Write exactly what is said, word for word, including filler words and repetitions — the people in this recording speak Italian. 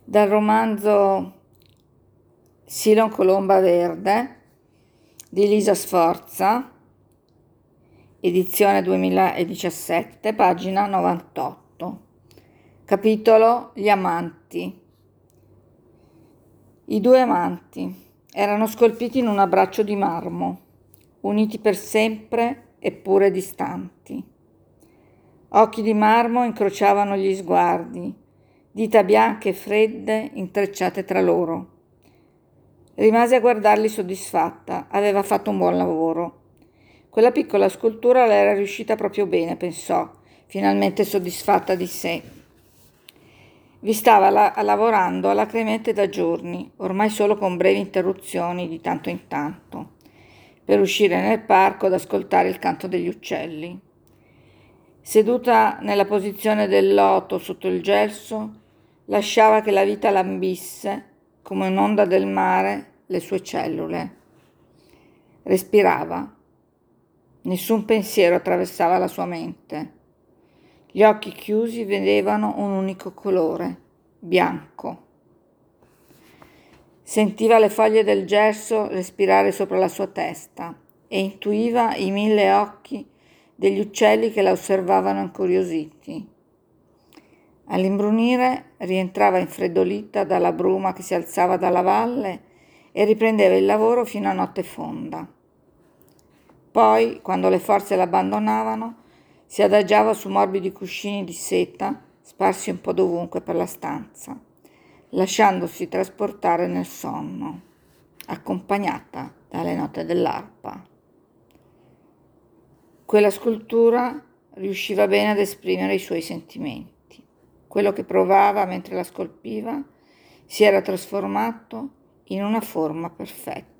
Dal romanzo Silon Colomba Verde di Lisa Sforza, edizione duemiladiciassette, pagina novantotto. Capitolo Gli amanti. I due amanti erano scolpiti in un abbraccio di marmo, uniti per sempre eppure distanti. Occhi di marmo incrociavano gli sguardi, dita bianche e fredde intrecciate tra loro. Rimase a guardarli soddisfatta, aveva fatto un buon lavoro. Quella piccola scultura le era riuscita proprio bene, pensò, finalmente soddisfatta di sé. Vi stava la- lavorando alacremente da giorni, ormai solo con brevi interruzioni di tanto in tanto, per uscire nel parco ad ascoltare il canto degli uccelli. Seduta nella posizione del loto sotto il gelso, lasciava che la vita lambisse, come un'onda del mare, le sue cellule. Respirava. Nessun pensiero attraversava la sua mente. Gli occhi chiusi vedevano un unico colore, bianco. Sentiva le foglie del gesso respirare sopra la sua testa e intuiva i mille occhi degli uccelli che la osservavano incuriositi. All'imbrunire rientrava infreddolita dalla bruma che si alzava dalla valle e riprendeva il lavoro fino a notte fonda. Poi, quando le forze l'abbandonavano, si adagiava su morbidi cuscini di seta sparsi un po' dovunque per la stanza, lasciandosi trasportare nel sonno, accompagnata dalle note dell'arpa. Quella scultura riusciva bene ad esprimere i suoi sentimenti. Quello che provava mentre la scolpiva si era trasformato in una forma perfetta.